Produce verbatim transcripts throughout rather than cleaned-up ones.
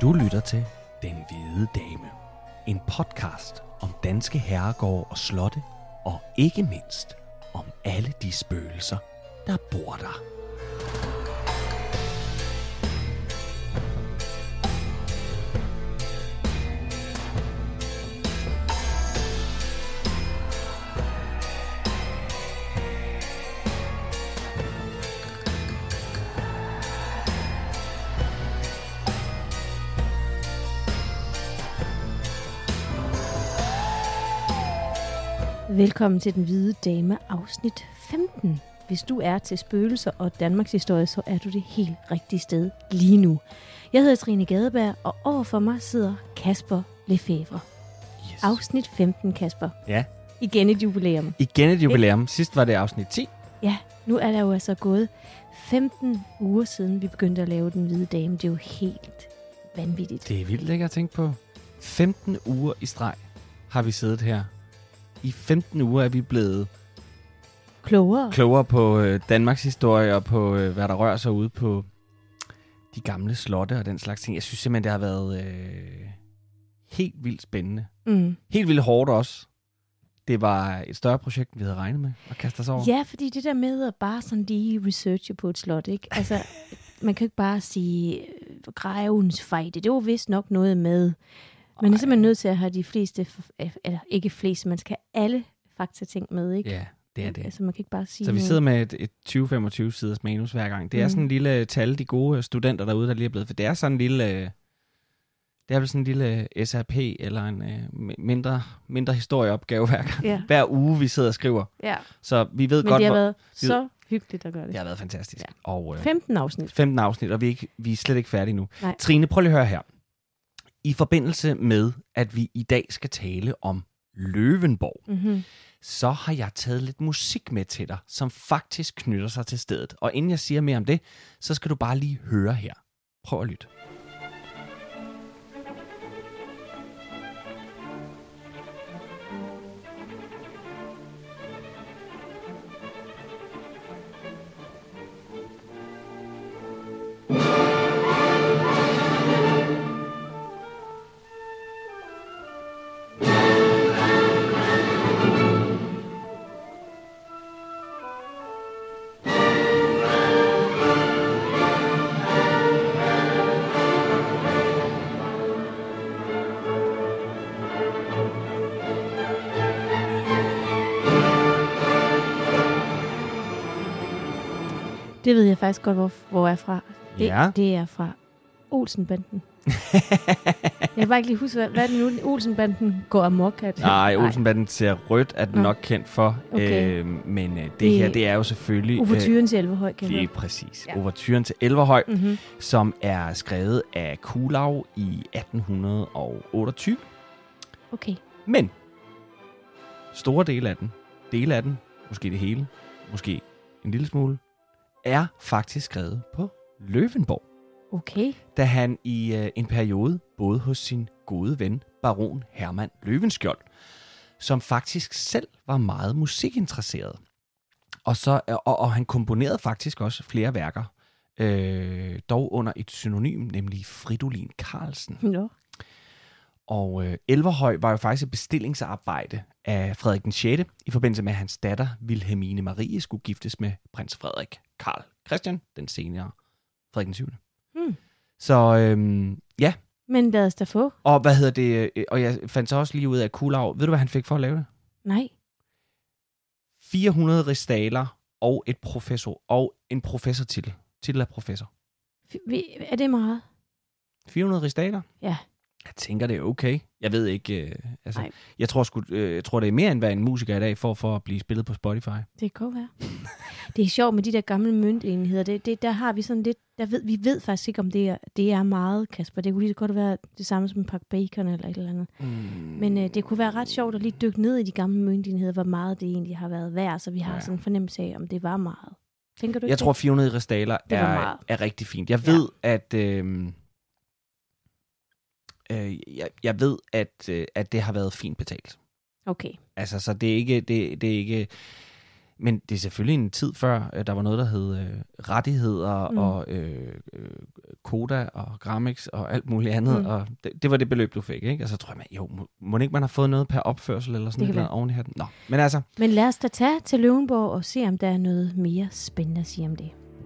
Du lytter til Den Hvide Dame. En podcast om danske herregårde og slotte, og ikke mindst om alle de spøgelser, der bor der. Velkommen til Den Hvide Dame, afsnit femten. Hvis du er til spøgelser og Danmarks historie, så er du det helt rigtige sted lige nu. Jeg hedder Trine Gadeberg, og overfor mig sidder Kasper Lefevre. Yes. Afsnit femten, Kasper. Ja. Igen et jubilæum. Igen et jubilæum. Sidst var det afsnit ti. Ja, nu er der jo altså gået femten uger siden, vi begyndte at lave Den Hvide Dame. Det er jo helt vanvittigt. Det er vildt ikke at tænke på. femten uger i streg har vi siddet her. I femten uger er vi blevet Klogere. klogere på øh, Danmarks historie og på, øh, hvad der rører sig ude på de gamle slotte og den slags ting. Jeg synes simpelthen, det har været øh, helt vildt spændende. Mm. Helt vildt hårdt også. Det var et større projekt, vi havde regnet med at kaste os over. Ja, fordi det der med at bare sådan lige researche på et slot, ikke? Altså, man kan jo ikke bare sige, øh, grevens fejde. Det var vist nok noget med. Man er simpelthen nødt til at have de fleste, eller ikke fleste, man skal have alle fakta ting med, ikke? Ja, det er det. Altså, man kan ikke bare sige Så vi noget. sidder med et, et tyve til femogtyve siders manus hver gang. Det er Mm. sådan en lille tal, de gode studenter derude, der lige er blevet. For det er sådan en lille, øh, det er vel sådan en lille S R P eller en øh, mindre, mindre historieopgave hver gang. Ja. Hver uge, vi sidder og skriver. Ja, Så vi ved men godt, det har hvor- været vi- så hyggeligt at gøre det. det har været fantastisk. Ja. Og øh, femten afsnit. femten afsnit, og vi er, ikke, vi er slet ikke færdige nu. Nej. Trine, prøv lige at høre her. I forbindelse med, at vi i dag skal tale om Løvenborg, Mm-hmm. så har jeg taget lidt musik med til dig, som faktisk knytter sig til stedet. Og inden jeg siger mere om det, så skal du bare lige høre her. Prøv at lytte. Det ved jeg faktisk godt, hvor, hvor jeg er fra. Det, Ja. det er fra Olsenbanden. Jeg kan bare ikke lige huske, hvad, hvad er det nu, Olsenbanden går amok af. Nej, Olsenbanden ser rødt, er den Nå. nok kendt for. Okay. Øh, men øh, det, Det- her, det er jo selvfølgelig... Ouverturen til Elverhøj, kan øh, jeg lige præcis. Ja. Ouverturen til Elverhøj, mm-hmm. som er skrevet af Kuhlau i atten otteogtyve. Okay. Men store dele af den, dele af den, måske det hele, måske en lille smule, er faktisk skrevet på Løvenborg, Okay. da han i øh, en periode boede hos sin gode ven, baron Hermann Løvenskjold, som faktisk selv var meget musikinteresseret. Og, så, og, og han komponerede faktisk også flere værker, øh, dog under et synonym, nemlig Fridolin Carlsen. Nå. Og øh, Elverhøj var jo faktisk et bestillingsarbejde af Frederik den sjette i forbindelse med, at hans datter, Wilhelmine Marie, skulle giftes med prins Frederik Karl Christian, den senere Frederik den syvende. Hmm. Så øhm, ja, Men lad os da få. og hvad hedder det, øh, og jeg fandt så også lige ud af Kuhlau. Ved du, hvad han fik for at lave det? Nej. fire hundrede rigsdaler og et professor og en professortitel. Titel af professor. F- vi- Er det meget? fire hundrede rigsdaler? Ja. Jeg tænker, det er okay. Jeg ved ikke, øh, altså, Nej. jeg tror, sgu, øh, jeg tror, det er mere end hvad en musiker i dag får for at blive spillet på Spotify. Det kan godt være. Det er sjovt med de der gamle møntenheder. Det, det, der har vi sådan lidt, der ved, vi ved faktisk ikke, om det er, det er meget, Kasper. Det kunne lige så godt være det samme som en pakke bacon eller et eller andet. Mm. Men øh, det kunne være ret sjovt at lige dykke ned i de gamle møntenheder, hvor meget det egentlig har været værd, så vi har Ja. sådan en fornemmelse af, om det var meget. Tænker du ikke Jeg tror, det? fire hundrede rigsdaler Det var er, meget. er rigtig fint. Jeg ved, ja. at... Øh, øh, jeg, jeg ved, at, øh, at det har været fint betalt. Okay. Altså, så det er ikke... Det, det er ikke men det er selvfølgelig en tid før, øh, der var noget, der hed øh, rettigheder mm. og øh, øh, Koda og Gramex og alt muligt andet, mm. og det, det var det beløb, du fik, ikke? Altså tror jeg, man, jo, må, må ikke man har fået noget per opførsel eller sådan noget oven i hatten? Nå, men altså... Men lad os da tage til Løvenborg og se, om der er noget mere spændende at sige om det.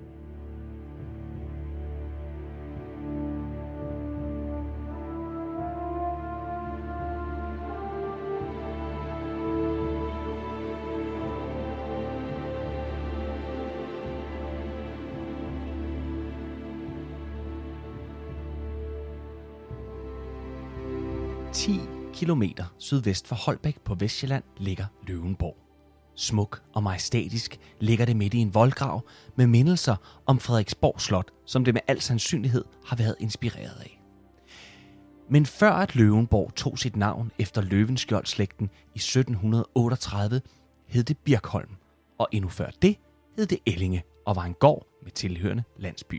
ti kilometer sydvest for Holbæk på Vestsjælland ligger Løvenborg. Smuk og majestætisk ligger det midt i en voldgrav med mindelser om Frederiksborg Slot, som det med al sandsynlighed har været inspireret af. Men før at Løvenborg tog sit navn efter Løvenskjold-slægten i sytten otteogtredive, hed det Birkholm, og endnu før det hed det Ellinge og var en gård med tilhørende landsby.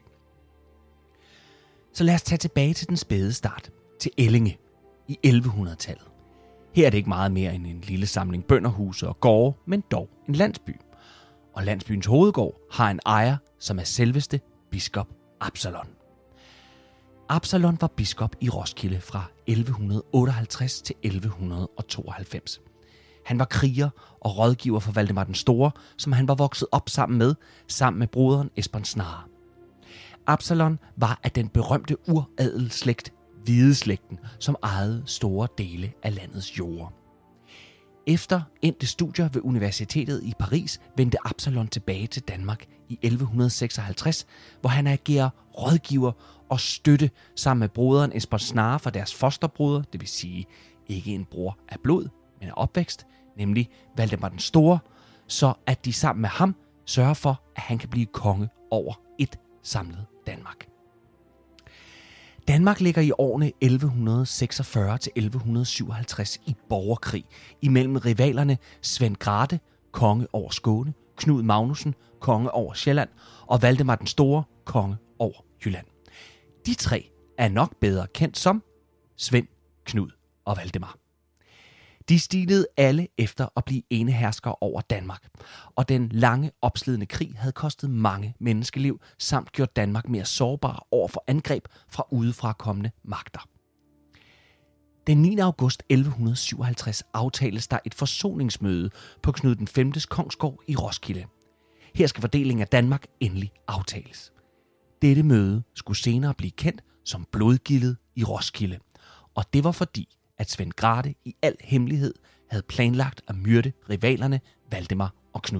Så lad os tage tilbage til den spæde start, til Ellinge i elleve hundrede-tallet. Her er det ikke meget mere end en lille samling bønderhuse og gårde, men dog en landsby. Og landsbyens hovedgård har en ejer, som er selveste biskop Absalon. Absalon var biskop i Roskilde fra elleve otteoghalvtreds til elleve tooghalvfems. Han var kriger og rådgiver for Valdemar den Store, som han var vokset op sammen med, sammen med broderen Esbern Snare. Absalon var af den berømte uradelsslægt Hvideslægten, som ejede store dele af landets jorder. Efter endte studier ved Universitetet i Paris vendte Absalon tilbage til Danmark i elleve seksoghalvtreds, hvor han agerer rådgiver og støtte sammen med broderen Esbern Snare for deres fosterbroder, det vil sige ikke en bror af blod, men af opvækst, nemlig Valdemar den Store, så at de sammen med ham sørger for, at han kan blive konge over et samlet Danmark. Danmark ligger i årene elleve seksogfyrre til elleve syvoghalvtreds i borgerkrig imellem rivalerne Svend Grathe, konge over Skåne, Knud Magnussen, konge over Sjælland, og Valdemar den Store, konge over Jylland. De tre er nok bedre kendt som Svend, Knud og Valdemar. De stilede alle efter at blive eneherskere over Danmark, og den lange, opslidende krig havde kostet mange menneskeliv, samt gjort Danmark mere sårbar over for angreb fra udefra kommende magter. Den niende august elleve syvoghalvtreds aftales der et forsoningsmøde på Knud den femtes kongsgård i Roskilde. Her skal fordelingen af Danmark endelig aftales. Dette møde skulle senere blive kendt som blodgildet i Roskilde, og det var fordi, at Svend Grathe i al hemmelighed havde planlagt at myrde rivalerne Valdemar og Knud.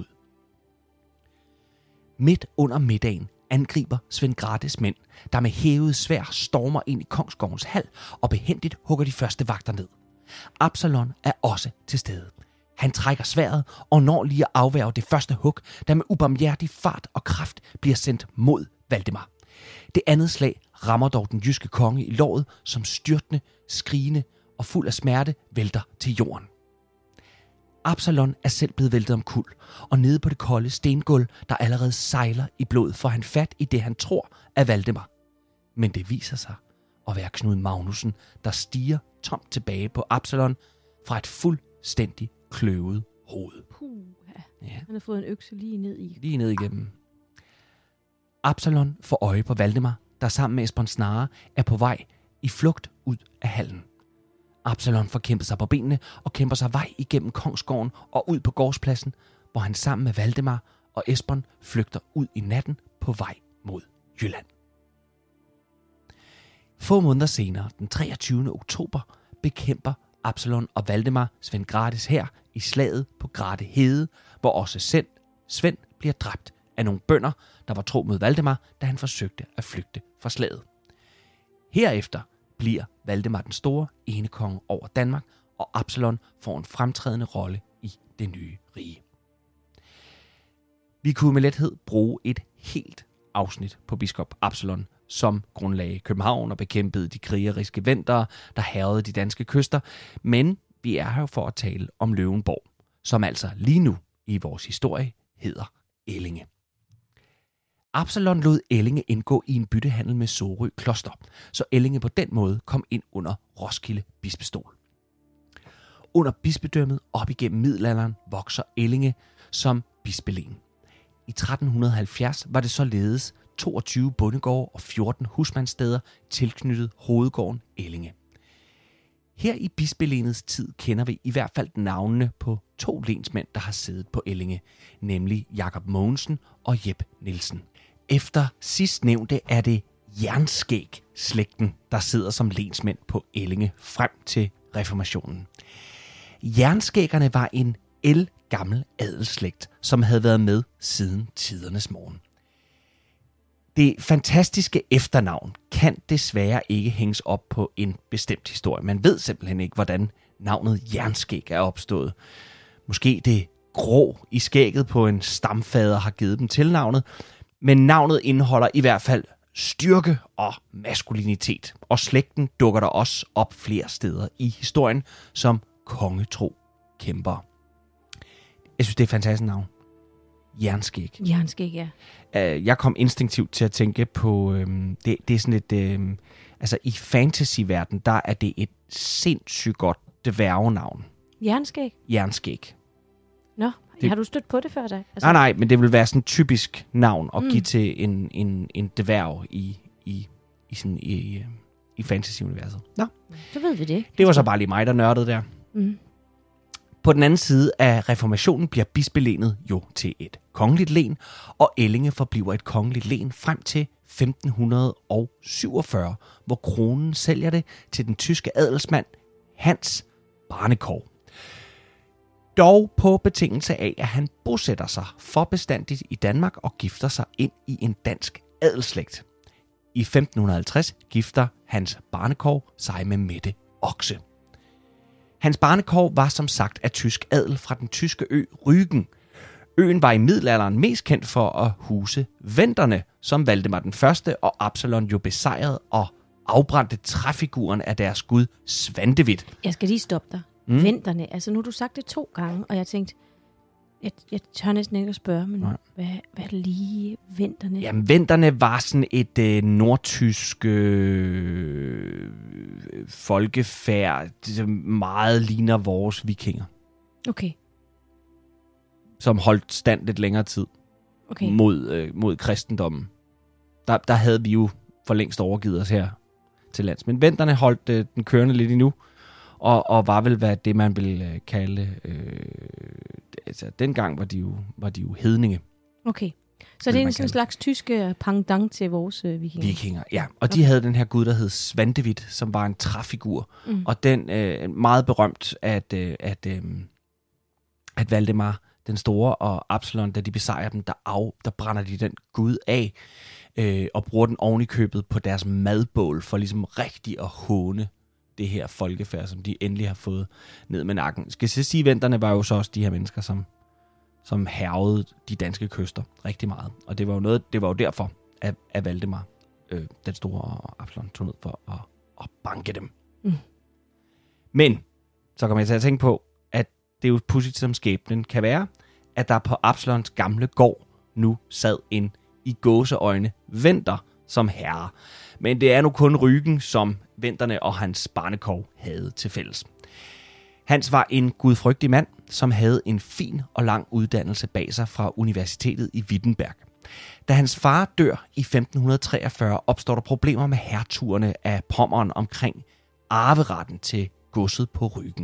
Midt under middagen angriber Svend Grathes mænd, der med hævet sværd stormer ind i kongsgårdens hal og behændigt hugger de første vagter ned. Absalon er også til stede. Han trækker sværdet og når lige at afværge det første hug, der med ubarmhjertig fart og kraft bliver sendt mod Valdemar. Det andet slag rammer dog den jyske konge i låret, som styrtende, skrigende og fuld af smerte vælter til jorden. Absalon er selv blevet væltet omkuld, og nede på det kolde stengulv, der allerede sejler i blod, får han fat i det, han tror er Valdemar. Men det viser sig at være Knud Magnussen, der stiger tomt tilbage på Absalon fra et fuldstændig kløvet hoved. Puh, ja. Han har fået en økse lige ned i. Lige ned igennem. Absalon får øje på Valdemar, der sammen med Esbern Snare er på vej i flugt ud af hallen. Absalon får kæmpet sig på benene og kæmper sig vej igennem kongsgården og ud på gårdspladsen, hvor han sammen med Valdemar og Esbern flygter ud i natten på vej mod Jylland. Få måneder senere, den treogtyvende oktober, bekæmper Absalon og Valdemar Svend Grathes hær i slaget på Grathe Hede, hvor også Svend, Svend bliver dræbt af nogle bønder, der var tro mod Valdemar, da han forsøgte at flygte fra slaget. Herefter bliver Valdemar den Store enekonge over Danmark, og Absalon får en fremtrædende rolle i det nye rige. Vi kunne med lethed bruge et helt afsnit på biskop Absalon, som grundlagde København og bekæmpede de krigeriske vendere, der hærgede de danske kyster, men vi er her for at tale om Løvenborg, som altså lige nu i vores historie hedder Ellinge. Absalon lod Ellinge indgå i en byttehandel med Sorø Kloster, så Ellinge på den måde kom ind under Roskilde bispestol. Under bispedømmet op igennem middelalderen vokser Ellinge som bispelen. I tretten halvfjerds var det således toogtyve bondegårde og fjorten husmandssteder tilknyttet hovedgården Ellinge. Her i bispelenets tid kender vi i hvert fald navnene på to lensmænd, der har siddet på Ellinge, nemlig Jakob Mogensen og Jep Nielsen. Efter sidstnævnte er det Jernskæg-slægten, der sidder som lensmænd på Ellinge frem til reformationen. Jernskæggerne var en ældgammel adelsslægt, som havde været med siden tidernes morgen. Det fantastiske efternavn kan desværre ikke hænges op på en bestemt historie. Man ved simpelthen ikke, hvordan navnet Jernskæg er opstået. Måske det grå i skægget på en stamfader har givet dem tilnavnet, men navnet indeholder i hvert fald styrke og maskulinitet, og slægten dukker der også op flere steder i historien som kongetro kæmper. Jeg synes, det er et fantastisk navn. Jernskæg. Jernskæg, ja. Jeg kom instinktivt til at tænke på, øhm, det, det er sådan et, øhm, altså i fantasyverden, der er det et sindssygt godt dværgenavn. Jernskæg? Jernskæg. Nå, det, har du stødt på det før da? Altså... Nej, nej, men det vil være sådan et typisk navn at mm. give til en, en, en dværg i, i, i, sådan, i, i fantasy-universet. Nå. Så ved vi det. Det var så bare lige mig, der nørdede der. Mm. På den anden side af reformationen bliver bispelenet jo til et kongeligt len, og Ellinge forbliver et kongeligt len frem til femten syvogfyrre, hvor kronen sælger det til den tyske adelsmand Hans Barnekow. Dog på betingelse af, at han bosætter sig for bestandigt i Danmark og gifter sig ind i en dansk adelsslægt. I femten halvtreds gifter Hans Barnekow sig med Mette Oxe. Hans Barnekow var som sagt af tysk adel fra den tyske ø Rügen. Øen var i middelalderen mest kendt for at huse venderne, som Valdemar den Første og Absalon jo besejrede og afbrændte træfiguren af deres gud Svantevit. Jeg skal lige stoppe dig. Mm. Venderne, altså nu har du sagt det to gange, og jeg tænkte, jeg, jeg tør næsten ikke at spørge, men hvad, hvad er det lige venderne? Jamen, venderne var sådan et øh, nordtysk øh, folkefærd, det meget ligner vores vikinger. Okay. Som holdt stand lidt længere tid okay. mod, øh, mod kristendommen. Der, der havde vi jo for længst overgivet os her til lands. Men venderne holdt øh, den kørende lidt endnu, og, og var vel hvad det, man ville øh, kalde... Øh, altså, dengang var de jo, var de jo hedninge. Okay. Så det er en sådan slags tyske pendant til vores øh, vikinger? Vikinger, ja. Og de okay. havde den her gud, der hed Svantevit, som var en træfigur. Mm. Og den øh, meget berømt, at, øh, at, øh, at Valdemar den Store og Absalon, da de besejrer dem, der, af, der brænder de den gud af, øh, og bruger den oven i købet på deres madbål, for ligesom rigtig at håne det her folkefærd, som de endelig har fået ned med nakken. Skal jeg sige, venterne var jo så også de her mennesker, som, som hærgede de danske kyster rigtig meget. Og det var jo, noget, det var jo derfor, at, at Valdemar, øh, den Store og Absalon, tog ned for at, at banke dem. Mm. Men så kommer jeg til at tænke på, at det er jo pudsigt, som skæbnen kan være, at der på Absalons gamle gård nu sad en i gåseøjne venter som herre. Men det er nu kun Rügen, som venterne og Hans Barnekow havde til fælles. Hans var en gudfrygtig mand, som havde en fin og lang uddannelse bag sig fra universitetet i Wittenberg. Da hans far dør i femten treogfyrre, opstår der problemer med hertugerne af Pommern omkring arveretten til godset på Rügen.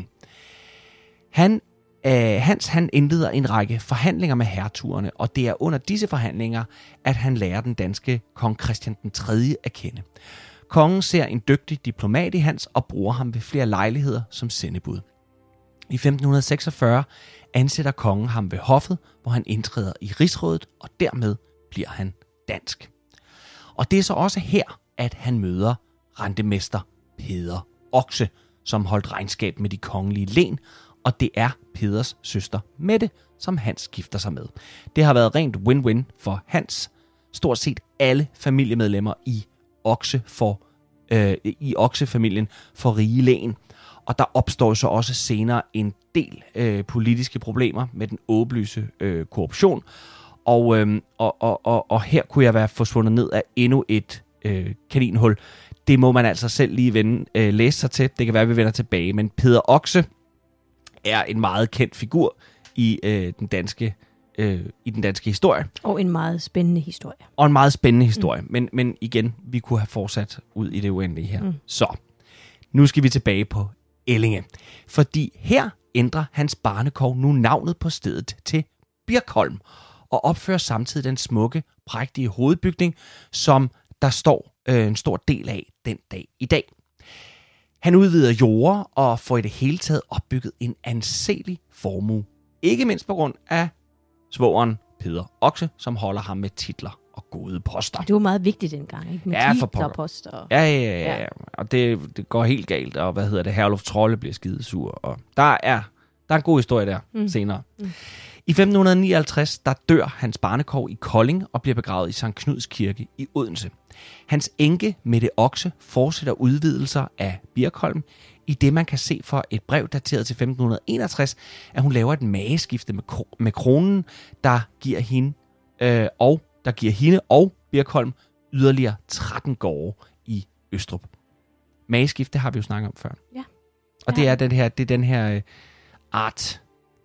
Han, øh, Hans han indleder en række forhandlinger med hertugerne, og det er under disse forhandlinger, at han lærer den danske kong Christian den tredje at kende. Kongen ser en dygtig diplomat i Hans og bruger ham ved flere lejligheder som sendebud. I femten seksogfyrre ansætter kongen ham ved hoffet, hvor han indtræder i rigsrådet, og dermed bliver han dansk. Og det er så også her, at han møder rentemester Peder Oxe, som holdt regnskab med de kongelige len, og det er Peders søster Mette, som Hans gifter sig med. Det har været rent win-win for Hans. Stort set alle familiemedlemmer i Oxe for, øh, i Oxe-familien for rige len. Og der opstår så også senere en del øh, politiske problemer med den åbenlyse øh, korruption. Og, øh, og, og, og, og her kunne jeg være forsvundet ned af endnu et øh, kaninhul. Det må man altså selv lige vende, øh, læse sig til. Det kan være, at vi vender tilbage. Men Peder Oxe er en meget kendt figur i øh, den danske øh, i den danske historie. Og en meget spændende historie. Og en meget spændende historie. Mm. Men, men igen, vi kunne have fortsat ud i det uendelige her. Mm. Så, nu skal vi tilbage på Ellinge. Fordi her ændrer Hans Barnekow nu navnet på stedet til Birkholm, og opfører samtidig den smukke, prægtige hovedbygning, som der står øh, en stor del af den dag i dag. Han udvider jorder og får i det hele taget opbygget en anselig formue. Ikke mindst på grund af svogeren Peder Oxe, som holder ham med titler og gode poster. Det var meget vigtigt dengang, ikke? Med ja, titler og poster. Ja, ja, ja, ja. ja. Og det, det går helt galt, og hvad hedder det, Herluf Trolle bliver skidesur. Og der er, der er en god historie der mm. senere. Mm. I femten nioghalvtreds, der dør Hans Barnekow i Kolding og bliver begravet i Sankt Knuds Kirke i Odense. Hans enke Mette Oxe fortsætter udvidelser af Birkholm, i det man kan se for et brev dateret til femten enogtres, at hun laver et mageskifte med, kro- med kronen, der giver hende øh, og der giver hende og Birkholm yderligere tretten gårde i Østrup. Mageskifte har vi jo snakket om før. Ja. Og det er den her, det er den her øh, art.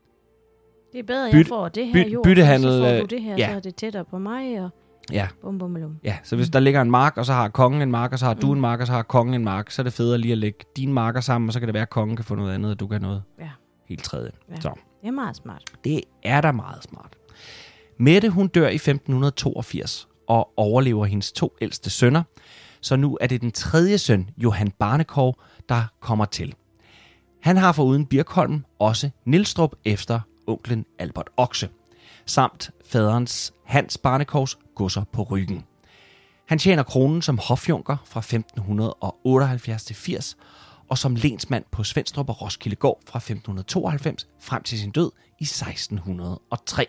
Det er bedre, Byt, jeg får det her by, jord, byttehandel, så får du det her, ja. så er det tættere på mig, og ja. bum, bum, bum. Ja, så hvis der ligger en mark, og så har kongen en mark, og så har du mm. en mark, og så har kongen en mark, så er det federe lige at lægge dine marker sammen, og så kan det være, at kongen kan få noget andet, og du kan noget ja. helt tredje. Ja. Så. Det er meget smart. Det er da meget smart. Mette, hun dør i femten toogfirs, og overlever hendes to ældste sønner, så nu er det den tredje søn, Johan Barnekow, der kommer til. Han har foruden Birkholm også Nielstrup efter onklen Albert Oxe, samt faderens Hans Barnekows godser på Ryggen. Han tjener kronen som hofjunker fra femten otteoghalvfjerds til firs, og som lensmand på Svenstrup og Roskildegård fra femten tooghalvfems frem til sin død i seksten hundrede og tre.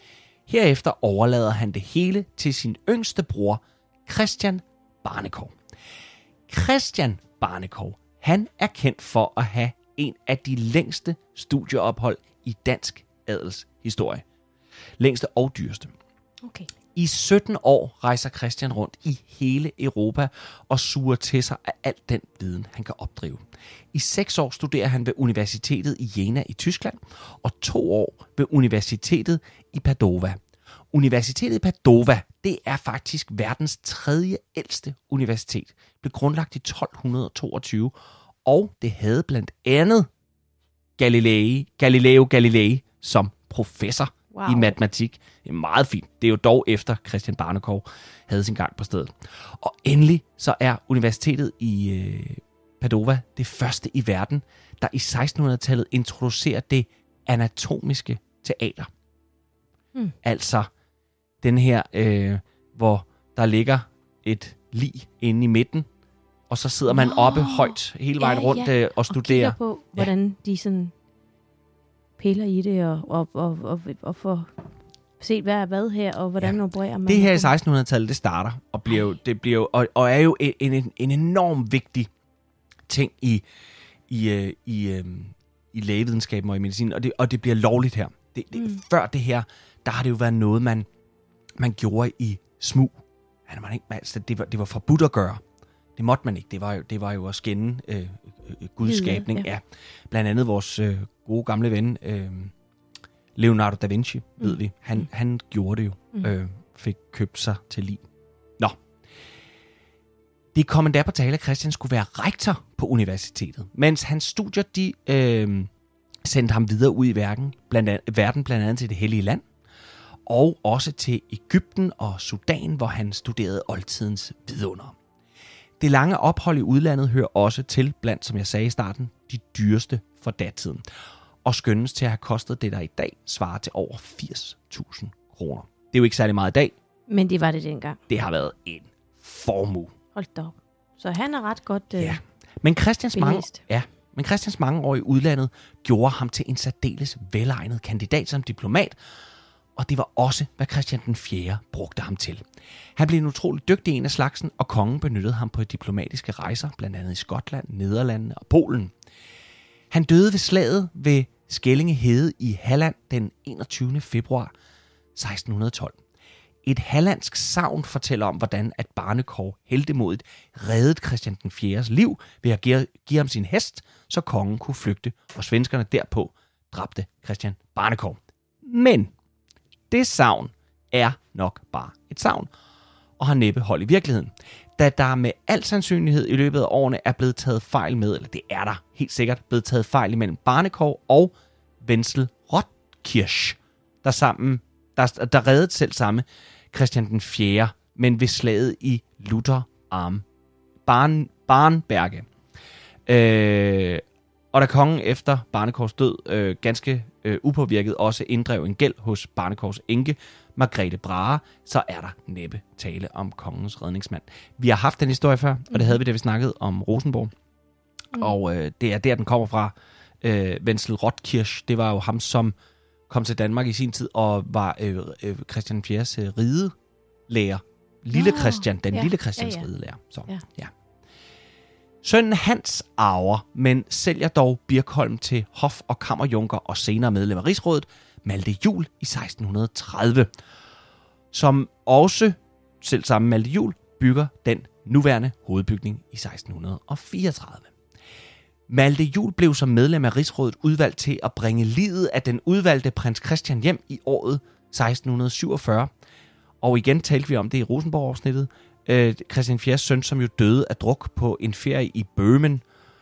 Herefter overlader han det hele til sin yngste bror, Christian Barnekow. Christian Barnekow, han er kendt for at have en af de længste studieophold i dansk adels historie. Længste og dyreste. Okay. I sytten år rejser Christian rundt i hele Europa og suger til sig af al den viden, han kan opdrive. I seks år studerer han ved universitetet i Jena i Tyskland, og to år ved universitetet i Padova. Universitetet i Padova, det er faktisk verdens tredje ældste universitet. Det blev grundlagt i tolv toogtyve, og det havde blandt andet Galilei, Galileo Galilei som professor wow. i matematik. Det er meget fint. Det er jo dog efter Christian Barnekow havde sin gang på stedet. Og endelig så er universitetet i øh, Padova det første i verden, der i sekstenhundredetallet introducerer det anatomiske teater. Hmm. Altså den her, øh, hvor der ligger et lig inde i midten, og så sidder man oppe oh. højt hele vejen ja, rundt ja. og studerer. Og på, hvordan ja. de sådan piller i det, og, og, og, og, og får set, hvad er hvad her, og hvordan ja. opererer man. Det her i sekstenhundredetallet, det starter, og, bliver jo, det bliver jo, og, og er jo en, en, en enorm vigtig ting i, i, i, i, i lægevidenskaben og i medicin, og det, og det bliver lovligt her. Det, det, mm. Før det her, der har det jo været noget, man, man gjorde i smug. Man ikke, altså, det, var, det var forbudt at gøre. Det måtte man ikke. Det var jo, det var jo at skænde øh, øh, Guds skabning. Ja. Ja. Blandt andet vores øh, gode gamle ven, øh, Leonardo da Vinci, mm. ved vi. Han, mm. han gjorde det jo. Mm. Øh, fik købt sig til lig. Nå. Det kom endda på tale, at Christian skulle være rektor på universitetet. Mens hans studier, de øh, sendte ham videre ud i verden blandt andet, verden, blandt andet til det hellige land. Og også til Egypten og Sudan, hvor han studerede oldtidens vidunder. Det lange ophold i udlandet hører også til blandt, som jeg sagde i starten, de dyreste for datiden. Og skønnes til at have kostet det, der i dag svarer til over firs tusind kroner. Det er jo ikke særlig meget i dag. Men det var det dengang. Det har været en formue. Hold da op. Så han er ret godt øh, ja. Men Christians mange, ja, men Christians mange år i udlandet gjorde ham til en særdeles velegnet kandidat som diplomat, og det var også, hvad Christian den fjerde brugte ham til. Han blev en utrolig dygtig en af slagsen, og kongen benyttede ham på diplomatiske rejser, blandt andet i Skotland, Nederlandene og Polen. Han døde ved slaget ved Skællinge Hede i Halland den enogtyvende februar seksten tolv. Et hallandsk sagn fortæller om, hvordan at Barnekow heltemodigt reddede Christian den fjerdes liv ved at give, give ham sin hest, så kongen kunne flygte, og svenskerne derpå dræbte Christian Barnekow. Men det savn er nok bare et savn, og har næppe hold i virkeligheden. Da der med al sandsynlighed i løbet af årene er blevet taget fejl med, eller det er der helt sikkert blevet taget fejl imellem Barnekow og Wenzel Rothkirch, der sammen, der, der reddede selv samme Christian den fjerde, men ved slaget i Luther Arm Barn, Barnberge. Øh, og da kongen efter Barnekows død øh, ganske øh, upåvirket også inddrev en gæld hos Barnekows enke, Margrethe Brahe, så er der næppe tale om kongens redningsmand. Vi har haft den historie før, og det havde vi, da vi snakkede om Rosenborg. Mm. Og øh, det er der, den kommer fra. Øh, Wenzel Rothkirch, det var jo ham, som kom til Danmark i sin tid, og var øh, øh, Christian den fjerdes øh, ridelærer. Lille oh, Christian, den ja, lille Christians ja, ja. ridelærer. Så, ja. Ja. Sønnen Hans arver, men sælger dog Birkholm til hof- og kammerjunker og senere medlem af Rigsrådet, Malte Juel i seksten tredive, som også, selv sammen Malte Juel, bygger den nuværende hovedbygning i seksten fireogtredive. Malte Juel blev som medlem af Rigsrådet udvalgt til at bringe livet af den udvalgte prins Christian hjem i året seksten syvogfyrre, og igen talte vi om det i Rosenborg-afsnittet. Øh, Christian den fjerdes søn, som jo døde af druk på en ferie i Bøhmen.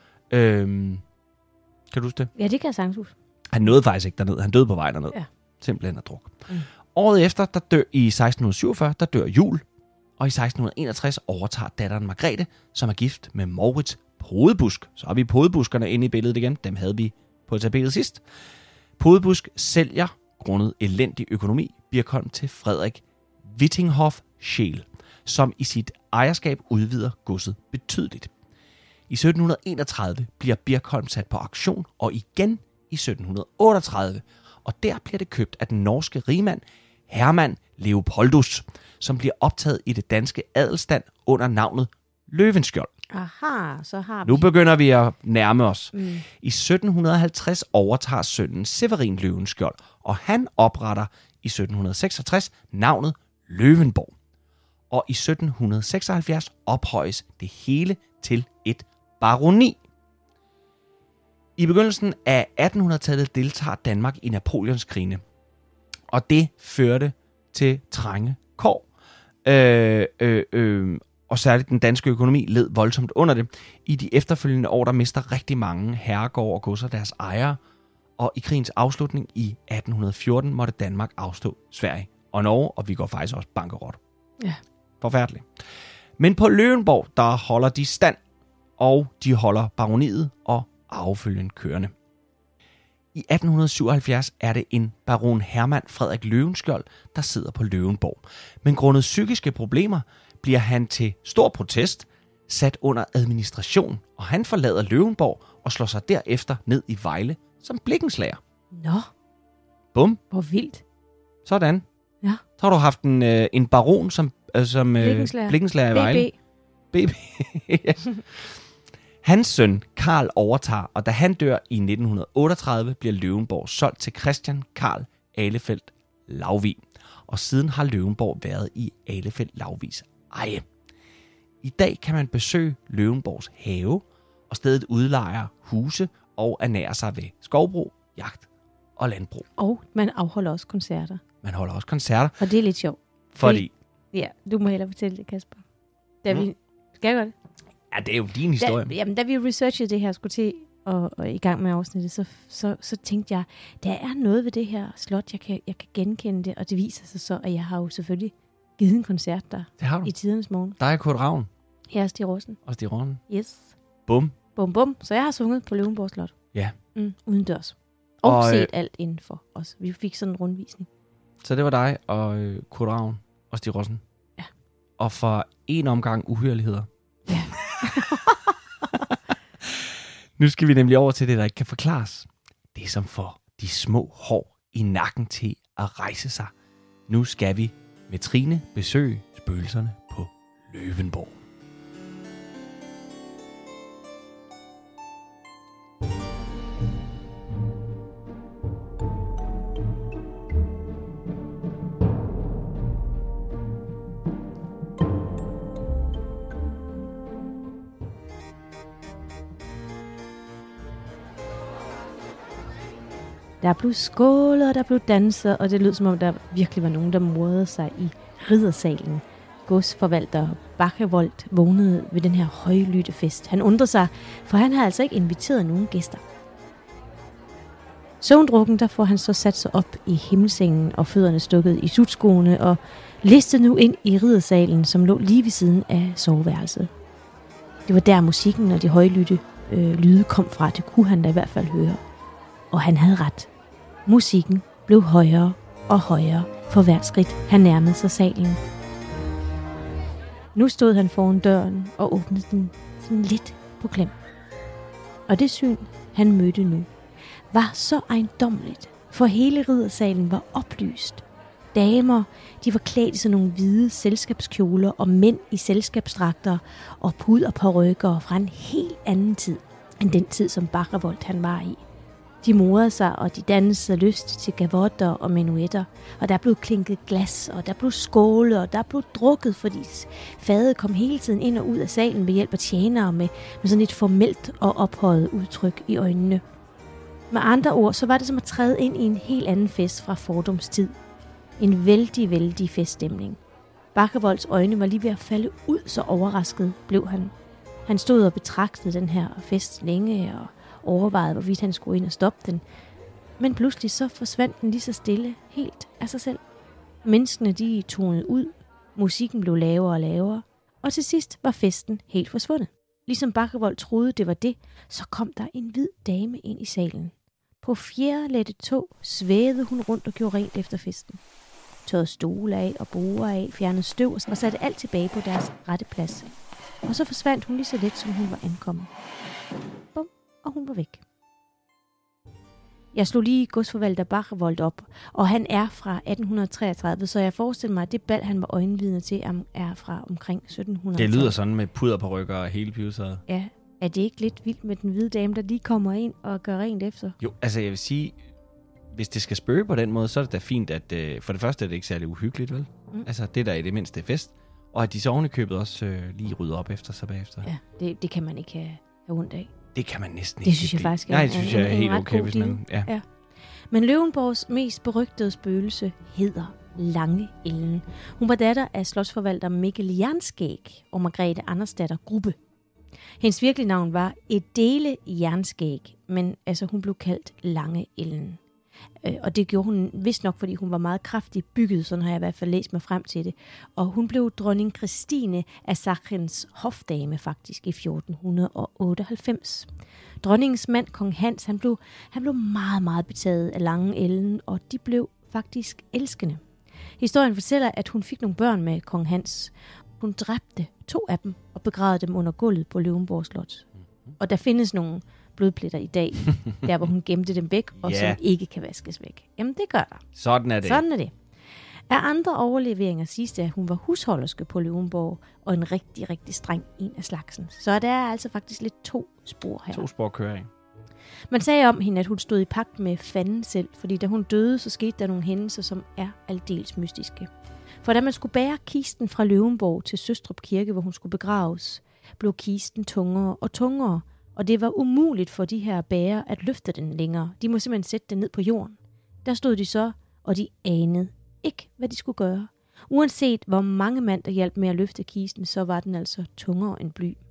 Øhm, kan du huske det? Ja, det kan jeg sagtens huske. Han nåede faktisk ikke derned. Han døde på vej derned. Ja. Simpelthen af druk. Mm. Året efter, der dør, i seksten syvogfyrre, der dør Juel, og i seksten enogtres overtager datteren Margrethe, som er gift med Moritz Podebusk. Så har vi Podebuskerne inde i billedet igen. Dem havde vi på tapetet sidst. Podebusk sælger, grundet elendig økonomi, Birkholm til Frederik Wittinghoff Scheel, som i sit ejerskab udvider godset betydeligt. I sytten enogtredive bliver Birkholm sat på auktion, og igen i sytten otteogtredive, og der bliver det købt af den norske rigmand Hermann Leopoldus, som bliver optaget i det danske adelstand under navnet Løvenskjold. Aha, så har vi... Nu begynder vi at nærme os. Mm. I sytten halvtreds overtager sønnen Severin Løvenskjold, og han opretter i sytten seksogtres navnet Løvenborg. Og i sytten seksoghalvfjerds ophøjes det hele til et baroni. I begyndelsen af attenhundredetallet deltager Danmark i Napoleonskrigene, og det førte til trange kår. Øh, øh, øh, og særligt den danske økonomi led voldsomt under det. I de efterfølgende år, der mister rigtig mange herregårde og godser deres ejere, og i krigens afslutning i atten fjorten måtte Danmark afstå Sverige og Norge, og vi går faktisk også bankerot. Ja. Forfærdeligt. Men på Løvenborg, der holder de stand, og de holder baroniet og arvefølgen kørende. I atten syvoghalvfjerds er det en baron Hermann Frederik Løvenskjold, der sidder på Løvenborg. Men grundet psykiske problemer bliver han til stor protest sat under administration, og han forlader Løvenborg og slår sig derefter ned i Vejle som blikkenslager. Nå. Bum. Hvor vildt. Sådan. Ja. Så har du haft en, øh, en baron som, øh, som øh, blikkenslager. blikkenslager i Vejle. B B. B B. Ja. Hans søn Karl overtager, og da han dør i nitten otteogtredive, bliver Løvenborg solgt til Christian Karl Ahlefeldt Lavvig. Og siden har Løvenborg været i Ahlefeldt Lavvigs eje. I dag kan man besøge Løvenborgs have, og stedet udlejer huse og ernærer sig ved skovbrug, jagt og landbrug. Og man afholder også koncerter. Man holder også koncerter. Og det er lidt sjovt. Fordi... fordi ja, du må hellere fortælle det, Kasper. Da mm. vi... Skal jeg gøre det? Ja, det er jo din historie. Da, jamen, da vi researchede det her, skulle til og, og i gang med afsnittet, så, så, så tænkte jeg, der er noget ved det her slot, jeg kan, jeg kan genkende det, og det viser sig så, at jeg har jo selvfølgelig givet en koncert der det har du. I tidernes morgen. Der er Kurt Ravn. Her er Stig Rossen. Og Stig Rossen. Yes. Bum. Bum, bum. Så jeg har sunget på Løvenborg Slot. Ja. Mm, udendørs. Og, og set øh, alt indenfor os. Vi fik sådan en rundvisning. Så det var dig og øh, Kurt Ravn og Stig Rossen. Ja. Og for en omgang uhyrligheder. Ja. Nu skal vi nemlig over til det, der ikke kan forklares. Det som får de små hår i nakken til at rejse sig. Nu skal vi med Trine besøge spøgelserne på Løvenborg. Der blev skålet, og der blev danset, og det lød som om, der virkelig var nogen, der mordede sig i riddersalen. Godsforvalter Bakkevold vågnede ved den her højlytte fest. Han undrede sig, for han havde altså ikke inviteret nogen gæster. Søvndrukken, der får han så sat sig op i himmelsengen og fødderne stukket i sutskoene og listede nu ind i riddersalen, som lå lige ved siden af soveværelset. Det var der musikken og de højlytte øh, lyde kom fra, det kunne han da i hvert fald høre. Og han havde ret. Musikken blev højere og højere for hvert skridt, han nærmede sig salen. Nu stod han foran døren og åbnede den sådan lidt på klem. Og det syn, han mødte nu, var så ejendommeligt, for hele riddersalen var oplyst. Damer, de var klædt i sådan nogle hvide selskabskjoler, og mænd i selskabsdragter og puderparykker fra en helt anden tid, end den tid, som Bakkevold han var i. De morede sig, og de dansede lyst til gavotter og menuetter, og der blev klinket glas, og der blev skålet, og der blev drukket, fordi fadet kom hele tiden ind og ud af salen ved hjælp af tjenere med, med sådan et formelt og ophøjet udtryk i øjnene. Med andre ord, så var det som at træde ind i en helt anden fest fra fordomstid. En vældig, vældig feststemning. Bakkevolds øjne var lige ved at falde ud, så overrasket blev han. Han stod og betragtede den her fest længe og overvejede, hvorvidt han skulle ind og stoppe den. Men pludselig så forsvandt den lige så stille, helt af sig selv. Menneskene de tonede ud, musikken blev lavere og lavere, og til sidst var festen helt forsvundet. Ligesom Bakkevold troede, det var det, så kom der en hvid dame ind i salen. På fjerdelette tog svævede hun rundt og gjorde rent efter festen. Tørrede stole af og borde af, fjernede støv og satte alt tilbage på deres rette plads. Og så forsvandt hun lige så let, som hun var ankommet. Bum, og hun var væk. Jeg slog lige godsforvalter Bakkevold op, og han er fra atten treogtredive, så jeg forestiller mig, at det bal, han var øjenvidne til, er fra omkring sytten hundrede. Det lyder sådan med puderparykker og hele pivsædet. Ja, er det ikke lidt vildt med den hvide dame, der lige kommer ind og gør rent efter? Jo, altså jeg vil sige, hvis det skal spøge på den måde, så er det da fint, at øh, for det første er det ikke særlig uhyggeligt, vel? Mm. Altså det der er i det mindste fest, og at de så ovenikøbet også øh, lige rydder op efter sig bagefter. Ja, det, det kan man ikke have, have ondt af. Det kan man næsten det ikke. Synes det synes jeg faktisk Nej, det synes en, jeg er en, helt en okay, hvis man... Ja. Ja. Men Løvenborgs mest berygtede spøgelse hedder Lange Ellen. Hun var datter af slotsforvalter Mikkel Jernskæg og Margrethe Andersdatter Grubbe. Hendes virkelige navn var Edele Jernskæg, men altså hun blev kaldt Lange Ellen. Øh, og det gjorde hun vist nok, fordi hun var meget kraftigt bygget, sådan har jeg i hvert fald læst mig frem til det. Og hun blev dronning Christine af Sachsens hofdame faktisk i fjorten otteoghalvfems. Dronningens mand, kong Hans, han blev, han blev meget, meget betaget af Lange Ellen, og de blev faktisk elskende. Historien fortæller, at hun fik nogle børn med kong Hans. Hun dræbte to af dem og begravede dem under gulvet på Løvenborg Slot. Og der findes nogle blodpletter i dag, der hvor hun gemte dem væk, og yeah. som ikke kan vaskes væk. Jamen det gør der. Sådan er det. Sådan er det. Af andre overleveringer siges det, at hun var husholderske på Løvenborg, og en rigtig, rigtig streng en af slagsen. Så der er altså faktisk lidt to spor her. To spor kører i. Man sagde om hende, at hun stod i pagt med fanden selv, fordi da hun døde, så skete der nogle hændelser, som er aldeles mystiske. For da man skulle bære kisten fra Løvenborg til Søstrup Kirke, hvor hun skulle begraves, blev kisten tungere og tungere, og det var umuligt for de her bærer at løfte den længere. De må simpelthen sætte den ned på jorden. Der stod de så, og de anede ikke, hvad de skulle gøre. Uanset hvor mange mand, der hjalp med at løfte kisten, så var den altså tungere end bly.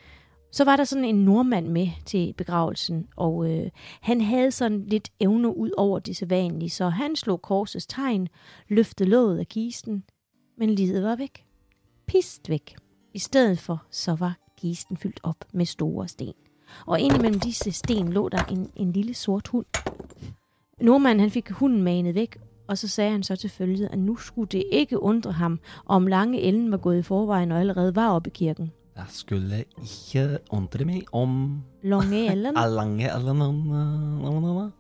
Så var der sådan en nordmand med til begravelsen, og øh, han havde sådan lidt evne ud over det sædvanlige, så han slog korsets tegn, løftede låget af kisten, men lidet var væk. Pist væk. I stedet for, så var kisten fyldt op med store sten. Og indimellem disse sten lå der en, en lille sort hund. Nordmanden han fik hunden manet væk, og så sagde han så til følge, at nu skulle det ikke undre ham, om Lange Ellen var gået i forvejen og allerede var oppe i kirken. Jeg skulle ikke undre mig om... Lange Ellen. Lange Ellen.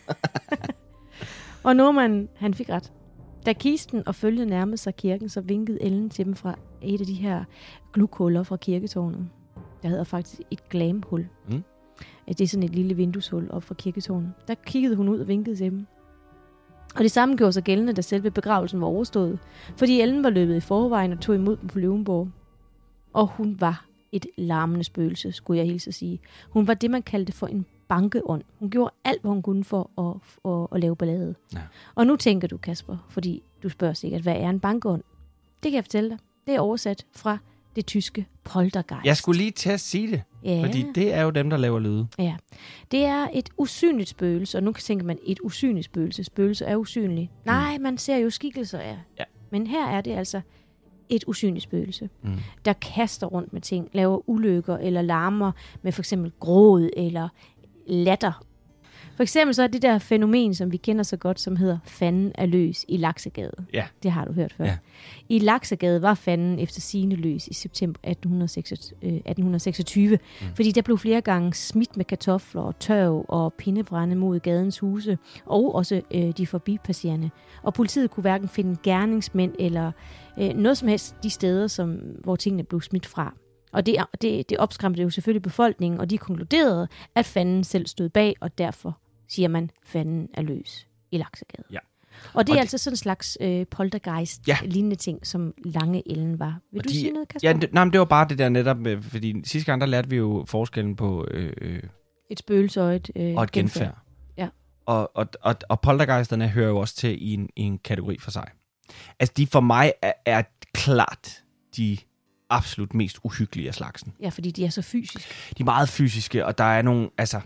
Og nordmanden, han fik ret. Da kisten og følget nærmede sig kirken, så vinkede Ellen til dem fra et af de her glukhuller fra kirketårnet. Der hedder faktisk et glamhul. Mm. Det er sådan et lille vindueshul op fra kirketårnet. Der kiggede hun ud og vinkede til dem. Og det samme gjorde sig gældende, da selve begravelsen var overstået. Fordi Ellen var løbet i forvejen og tog imod dem på Løvenborg. Og hun var et larmende spøgelse, skulle jeg hilse at sige. Hun var det, man kaldte for en bankeånd. Hun gjorde alt, hvad hun kunne for at, at, at lave ballade. Ja. Og nu tænker du, Kasper, fordi du spørger sikkert, hvad er en bankeånd? Det kan jeg fortælle dig. Det er oversat fra det tyske poltergeist. Jeg skulle lige til at sige det, ja. Fordi det er jo dem, der laver lyde. Ja, det er et usynligt spøgelse, og nu tænker man, et usynligt spøgelse. Spøgelse er usynligt. Mm. Nej, man ser jo skikkelser af. Ja. Men her er det altså et usynligt spøgelse, mm. der kaster rundt med ting, laver ulykker eller larmer med for eksempel gråd eller latter. For eksempel så er det der fænomen, som vi kender så godt, som hedder fanden er løs i Laksegade. Ja. Det har du hørt før. Ja. I Laksegade var fanden efter sigende løs i september atten seksogtyve, mm. fordi der blev flere gange smidt med kartofler og tørv og pindebrænde mod gadens huse, og også øh, de forbipasserende. Og politiet kunne hverken finde gerningsmænd eller øh, noget som helst de steder, som, hvor tingene blev smidt fra. Og det, det, det opskræmte jo selvfølgelig befolkningen, og de konkluderede, at fanden selv stod bag, og derfor siger man, fanden er løs i Laksegade. Ja. Og det er og altså det, sådan en slags øh, poltergeist-lignende ja. ting, som Lange Ellen var. Vil og du de, sige noget, Kasper? Ja, det, nej, men det var bare det der netop, fordi sidste gang, der lærte vi jo forskellen på Øh, et spøgelse og et, øh, og et genfærd. genfærd. Ja. Og, og, og, og poltergeisterne hører jo også til i en, i en kategori for sig. Altså, de for mig er, er klart de absolut mest uhyggelige af slagsen. Ja, fordi de er så fysiske. De er meget fysiske, og der er nogle, altså,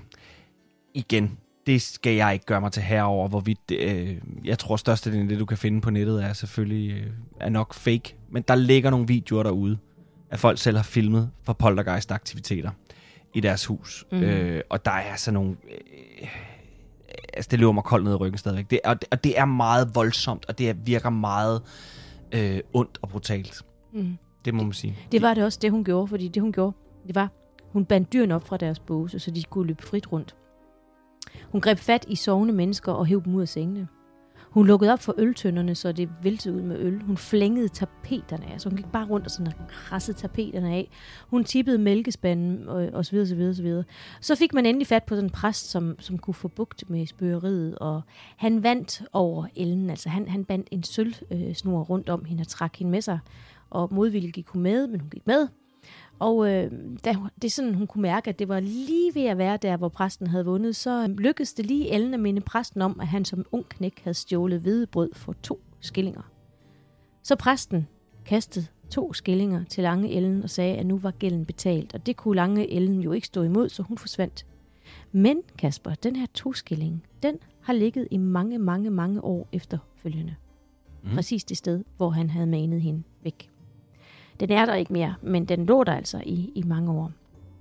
igen, det skal jeg ikke gøre mig til herover, hvorvidt, øh, jeg tror størstedelen af det, du kan finde på nettet, er selvfølgelig øh, er nok fake, men der ligger nogle videoer derude, at folk selv har filmet for poltergeist-aktiviteter i deres hus, mm. øh, og der er sådan nogle, øh, altså det løber mig koldt ned i ryggen stadigvæk, det, og, det, og det er meget voldsomt, og det virker meget øh, ondt og brutalt. Mm. Det må man sige. Det var det også, det hun gjorde, fordi det hun gjorde, det var, hun bandt dyrene op fra deres båse, så de kunne løbe frit rundt. Hun greb fat i sovende mennesker og hævde dem ud af sengene. Hun lukkede op for øltønderne, så det væltede ud med øl. Hun flængede tapeterne af, så hun gik bare rundt og sådan krassede tapeterne af. Hun tippede mælkespanden og, og så videre, så videre, så videre. Så fik man endelig fat på sådan en præst, som, som kunne få bugt med spøgeriet, og han vandt over Ellen. Altså han, han bandt en sølvsnor øh, rundt om hende og trak hende med sig. Og modvilligt gik hun med, men hun gik med. Og øh, da det er sådan, hun kunne mærke, at det var lige ved at være der, hvor præsten havde vundet, så lykkedes det lige Ellen at minde præsten om, at han som ung knæk havde stjålet hvedebrød for to skillinger. Så præsten kastede to skillinger til Lange Ellen og sagde, at nu var gælden betalt. Og det kunne Lange Ellen jo ikke stå imod, så hun forsvandt. Men Kasper, den her to skilling, den har ligget i mange, mange, mange år efterfølgende. Mm. Præcis det sted, hvor han havde manet hende væk. Den er der ikke mere, men den lå der altså i, i mange år.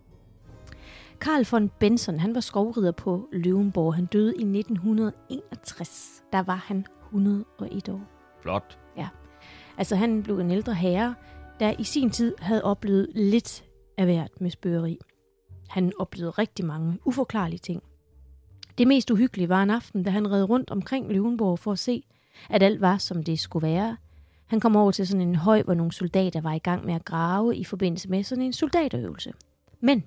Carl von Benson, han var skovrider på Løvenborg. Han døde i nitten enogtres. Der var han hundrede og et år. Flot. Ja. Altså han blev en ældre herre, der i sin tid havde oplevet lidt af hvert med spøgeri. Han oplevede rigtig mange uforklarlige ting. Det mest uhyggelige var en aften, da han red rundt omkring Løvenborg for at se, at alt var, som det skulle være. Han kom over til sådan en høj, hvor nogle soldater var i gang med at grave i forbindelse med sådan en soldaterøvelse. Men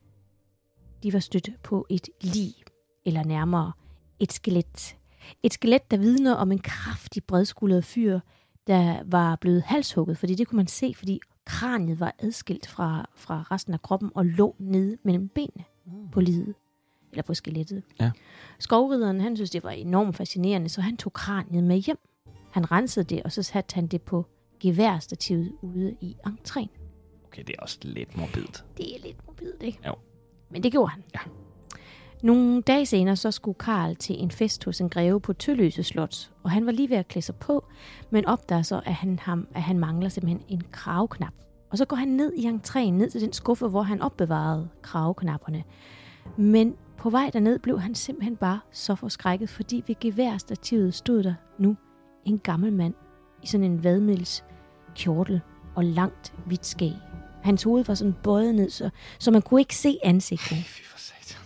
de var stødt på et lig, eller nærmere et skelet. Et skelet, der vidner om en kraftig bredskuldret fyr, der var blevet halshugget, fordi det kunne man se, fordi kraniet var adskilt fra, fra resten af kroppen og lå nede mellem benene mm. på liget, eller på skelettet. Ja. Skovrideren, han synes, det var enormt fascinerende, så han tog kraniet med hjem. Han rensede det, og så satte han det på geværstativet ude i entréen. Okay, det er også lidt morbidt. Det er lidt morbidt, ikke? Jo. Men det gjorde han. Ja. Nogle dage senere, så skulle Karl til en fest hos en greve på Tølløse Slot, og han var lige ved at klæde sig på, men opdager så, at han, ham, at han mangler simpelthen en kraveknap. Og så går han ned i entréen, ned til den skuffe, hvor han opbevarede kraveknapperne. Men på vej derned blev han simpelthen bare så forskrækket, fordi ved geværstativet stod der nu en gammel mand i sådan en vadmels kjortel og langt hvidt skæg. Hans hoved var sådan bøjet ned, så, så man kunne ikke se ansigtet. Ej, fy for satan.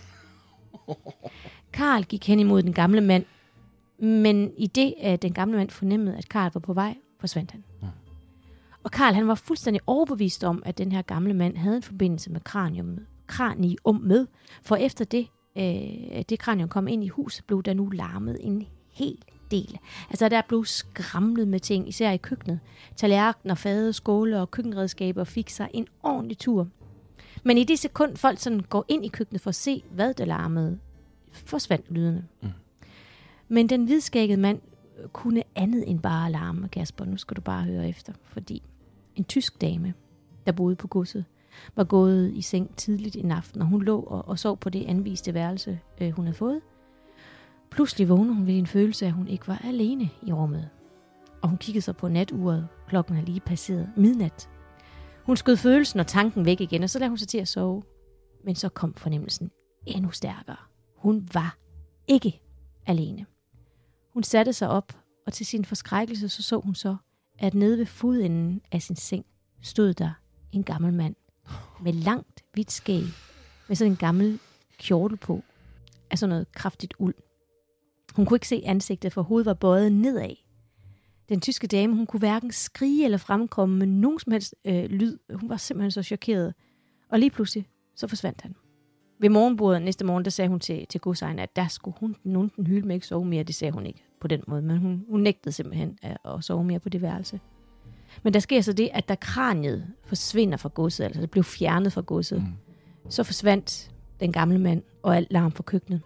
Karl gik hen imod den gamle mand, men i det, at den gamle mand fornemmede, at Karl var på vej, forsvandt han. Mm. Og Karl, han var fuldstændig overbevist om, at den her gamle mand havde en forbindelse med kranium, kranium med, for efter det, øh, det kranium kom ind i huset, blev der nu larmet en hel del. Altså der blev skramlet med ting, især i køkkenet. Tallerkener, fade, skåle og køkkenredskaber fik sig en ordentlig tur. Men i det sekund, folk sådan går ind i køkkenet for at se, hvad der larmede, forsvandt lydene. Mm. Men den hvidskæggede mand kunne andet end bare larme, Kasper. Nu skal du bare høre efter. Fordi en tysk dame, der boede på godset, var gået i seng tidligt en aften, og hun lå og, og sov på det anviste værelse, øh, hun havde fået. Pludselig vågnede hun ved en følelse af, at hun ikke var alene i rummet. Og hun kiggede sig på naturet. Klokken havde lige passeret midnat. Hun skød følelsen og tanken væk igen, og så lagde hun sig til at sove. Men så kom fornemmelsen endnu stærkere. Hun var ikke alene. Hun satte sig op, og til sin forskrækkelse så så hun så, at nede ved fodenden af sin seng stod der en gammel mand med langt hvidt skæg, med sådan en gammel kjortel på, af sådan noget kraftigt uld. Hun kunne ikke se ansigtet, for hovedet var bøjet nedad. Den tyske dame, hun kunne hverken skrige eller fremkomme med nogen som helst øh, lyd. Hun var simpelthen så chokeret. Og lige pludselig, så forsvandt han. Ved morgenbordet næste morgen, der sagde hun til, til godsejeren, at der skulle hun nogen den hylde med ikke sove mere. Det sagde hun ikke på den måde, men hun, hun nægtede simpelthen at, at sove mere på det værelse. Men der sker så det, at da kraniet forsvinder fra godset, altså det blev fjernet fra godset, mm. så forsvandt den gamle mand og alt larm fra køkkenet.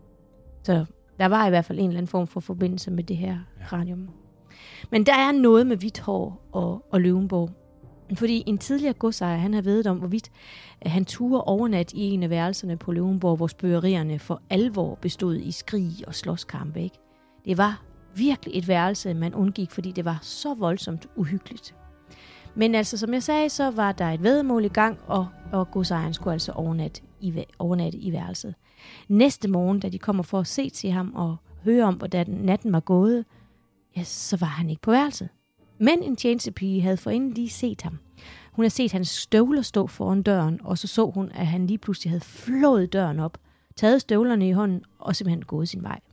Så der var i hvert fald en eller anden form for forbindelse med det her ja. kranium. Men der er noget med hvidt hår og, og Løvenborg. Fordi en tidligere godsejer, han har vedet om, hvorvidt han turde overnat i en af værelserne på Løvenborg, hvor spøgerierne for alvor bestod i skrig og slåskampe. Ikke? Det var virkelig et værelse, man undgik, fordi det var så voldsomt uhyggeligt. Men altså, som jeg sagde, så var der et væddemål i gang, og, og godsejeren skulle altså overnatte i, overnatte i værelset. Næste morgen, da de kommer for at se til ham og høre om, hvordan natten var gået, ja, så var han ikke på værelset. Men en tjenestepige havde forinden lige set ham. Hun havde set hans støvler stå foran døren, og så så hun, at han lige pludselig havde flået døren op, taget støvlerne i hånden og simpelthen gået sin vej.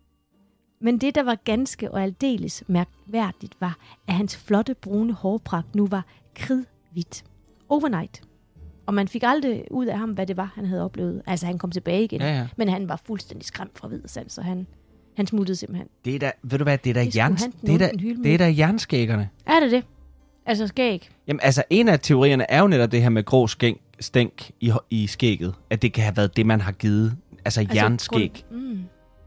Men det, der var ganske og aldeles mærkværdigt, var, at hans flotte brune hårpragt nu var kridhvidt. Overnight. Og man fik aldrig ud af ham, hvad det var, han havde oplevet. Altså, han kom tilbage igen, ja, ja. Men han var fuldstændig skræmt fra vid sans, så han, han smuttede simpelthen. Det er da, ved du hvad, det er da, jerns, det er da, det er da jernskæggerne. Er det det? Altså skæg? Jamen, altså, en af teorierne er jo netop det her med grå skænk, stænk i, i skægget. At det kan have været det, man har givet. Altså, altså jernskæg. Grund, mm.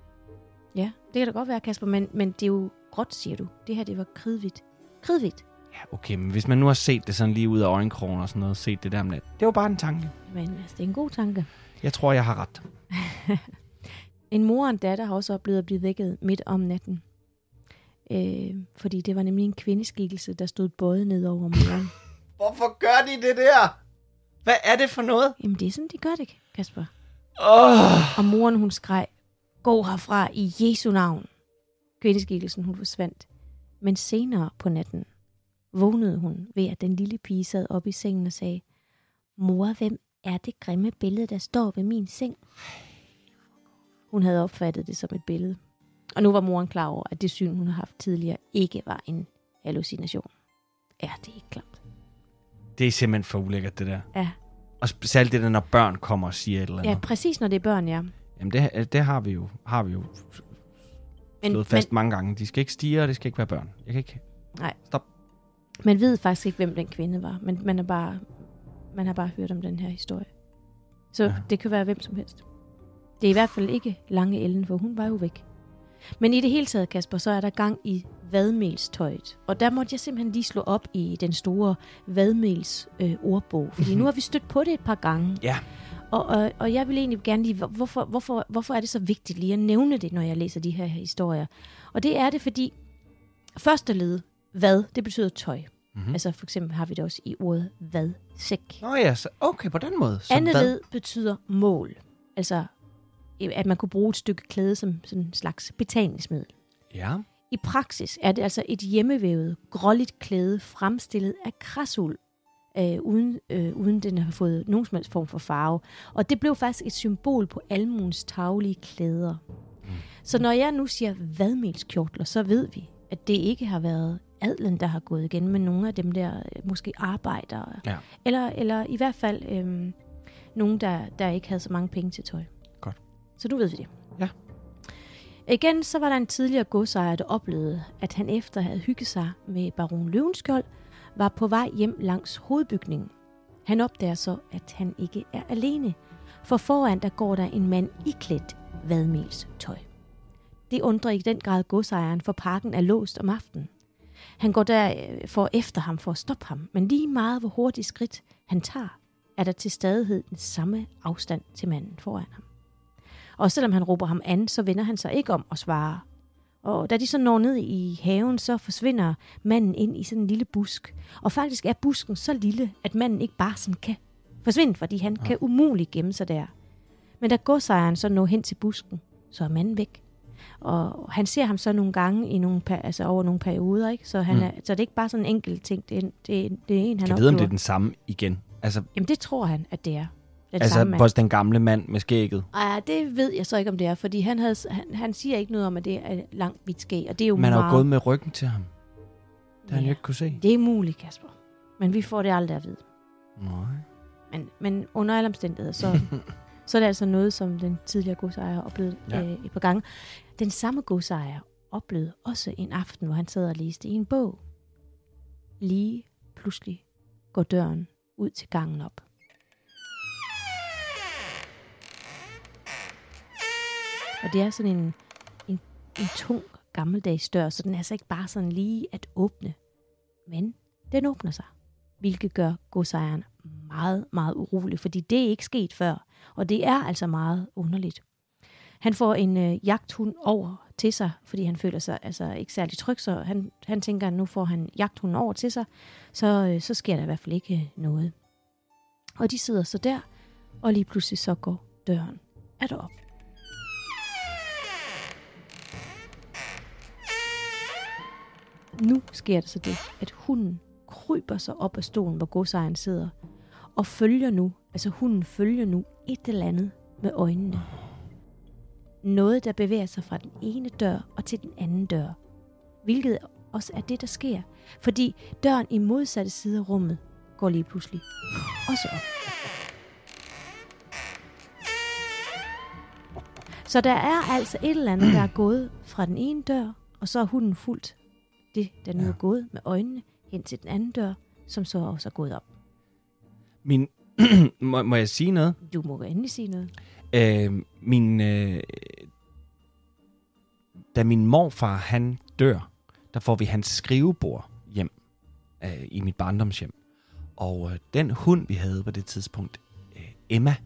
Ja, det kan da godt være, Kasper, men, men det er jo gråt, siger du. Det her, det var kridhvidt. Kridhvidt. Ja, okay, men hvis man nu har set det sådan lige ud af øjenkrogen og sådan noget, set det der om nat, det var bare en tanke. Men altså, det er en god tanke. Jeg tror, jeg har ret. En mor og en datter har også oplevet at blive vækket midt om natten. Øh, fordi det var nemlig en kvindeskikkelse, der stod bøjet ned over moren. Hvorfor gør de det der? Hvad er det for noget? Jamen, det er sådan, de gør det, Kasper. Oh. Og moren, hun skreg, gå herfra i Jesu navn. Kvindeskikkelsen, hun forsvandt. Men senere på natten vågnede hun ved, at den lille pige sad op i sengen og sagde, mor, hvem er det grimme billede, der står ved min seng? Hun havde opfattet det som et billede. Og nu var moren klar over, at det syn, hun havde haft tidligere, ikke var en hallucination. Ja, det er ikke klart. Det er simpelthen for ulækkert, det der. Ja. Og specielt det der, når børn kommer og siger et eller andet. Ja, præcis når det er børn, ja. Jamen, det, det har vi jo, har vi jo men, slået fast men, mange gange. De skal ikke stige, og det skal ikke være børn. Jeg kan ikke... Nej. Stop. Man ved faktisk ikke, hvem den kvinde var, men man, er bare, man har bare hørt om den her historie. Så ja. Det kan være hvem som helst. Det er i hvert fald ikke Lange Ellen, for hun var jo væk. Men i det hele taget, Kasper, så er der gang i vadmelstøjet. Og der måtte jeg simpelthen lige slå op i den store vadmels øh, ordbog. Fordi nu har vi stødt på det et par gange. Ja. Og, og, og jeg vil egentlig gerne lige, hvorfor, hvorfor, hvorfor er det så vigtigt lige at nævne det, når jeg læser de her historier? Og det er det, fordi første led, vad, det betyder tøj. Mm-hmm. Altså for eksempel har vi det også i ordet vadsæk. Nå ja, så okay, på den måde. Andet led betyder mål. Altså at man kunne bruge et stykke klæde som sådan en slags betalingsmiddel. Ja. I praksis er det altså et hjemmevævet, gråligt klæde fremstillet af krasul, øh, uden, øh, uden den har fået nogen som helst form for farve. Og det blev faktisk et symbol på almuens tarvelige klæder. Mm. Så når jeg nu siger vadmelskjortler, så ved vi, at det ikke har været adlen, der har gået igen, men nogle af dem der måske arbejdere. Ja. Eller, eller i hvert fald øh, nogen, der, der ikke havde så mange penge til tøj. Godt. Så du ved vi det. Ja. Igen, så var der en tidligere godsejer, der oplevede, at han efter havde hygget sig med baron Løvenskjold, var på vej hjem langs hovedbygningen. Han opdager så, at han ikke er alene. For foran der går der en mand iklædt vadmels tøj. Det undrer i den grad godsejeren, for parken er låst om aftenen. Han går der for efter ham for at stoppe ham, men lige meget hvor hurtigt skridt han tager, er der til stadighed den samme afstand til manden foran ham. Og selvom han råber ham an, så vender han sig ikke om og svarer. Og da de så når ned i haven, så forsvinder manden ind i sådan en lille busk. Og faktisk er busken så lille, at manden ikke bare sådan kan forsvinde, fordi han ja. kan umuligt gemme sig der. Men da godsejeren så når hen til busken, så er manden væk. Og han ser ham så nogle gange i nogle, altså over nogle perioder, ikke? Så, han er, mm. så det er ikke bare sådan en enkelt ting, det er, det er, det er en, han oplever. Kan vide, om det er den samme igen? Altså, Jamen det tror han, at det er. Den altså hvor den gamle mand med skægget? Ej, det ved jeg så ikke, om det er, fordi han, havde, han, han siger ikke noget om, at det er langt hvidt skæg, og det er jo Man meget... har jo gået med ryggen til ham. Det har ja, han jo ikke kunne se. Det er muligt, Kasper. Men vi får det aldrig at vide. Nej. Men, men under alle omstændigheder, så, så er det altså noget, som den tidligere godsejer oplevede ja. øh, et par gange. Den samme godsejer oplevede også en aften, hvor han sad og læste i en bog. Lige pludselig går døren ud til gangen op. Og det er sådan en, en, en tung, gammeldags dør, så den er altså ikke bare sådan lige at åbne. Men den åbner sig, hvilket gør godsejeren meget, meget urolig, fordi det er ikke sket før, og det er altså meget underligt. Han får en øh, jagthund over til sig, fordi han føler sig altså ikke særlig tryg, så han, han tænker, at nu får han jagthunden over til sig, så, øh, så sker der i hvert fald ikke noget. Og de sidder så der, og lige pludselig så går døren er derop. Nu sker der så det, at hunden kryber sig op af stolen, hvor godsejeren sidder, og følger nu, altså hunden følger nu et eller andet med øjnene. Noget, der bevæger sig fra den ene dør og til den anden dør. Hvilket også er det, der sker. Fordi døren i modsatte side af rummet går lige pludselig også op. Så der er altså et eller andet, der er gået fra den ene dør, og så er hunden fulgt det, der nu ja. er gået med øjnene hen til den anden dør, som så også er gået op. Min, må, må jeg sige noget? Du må endelig sige noget. Øh, min, øh, da min morfar, han dør, der får vi hans skrivebord hjem øh, i mit barndomshjem. Og øh, den hund, vi havde på det tidspunkt, øh, Emma,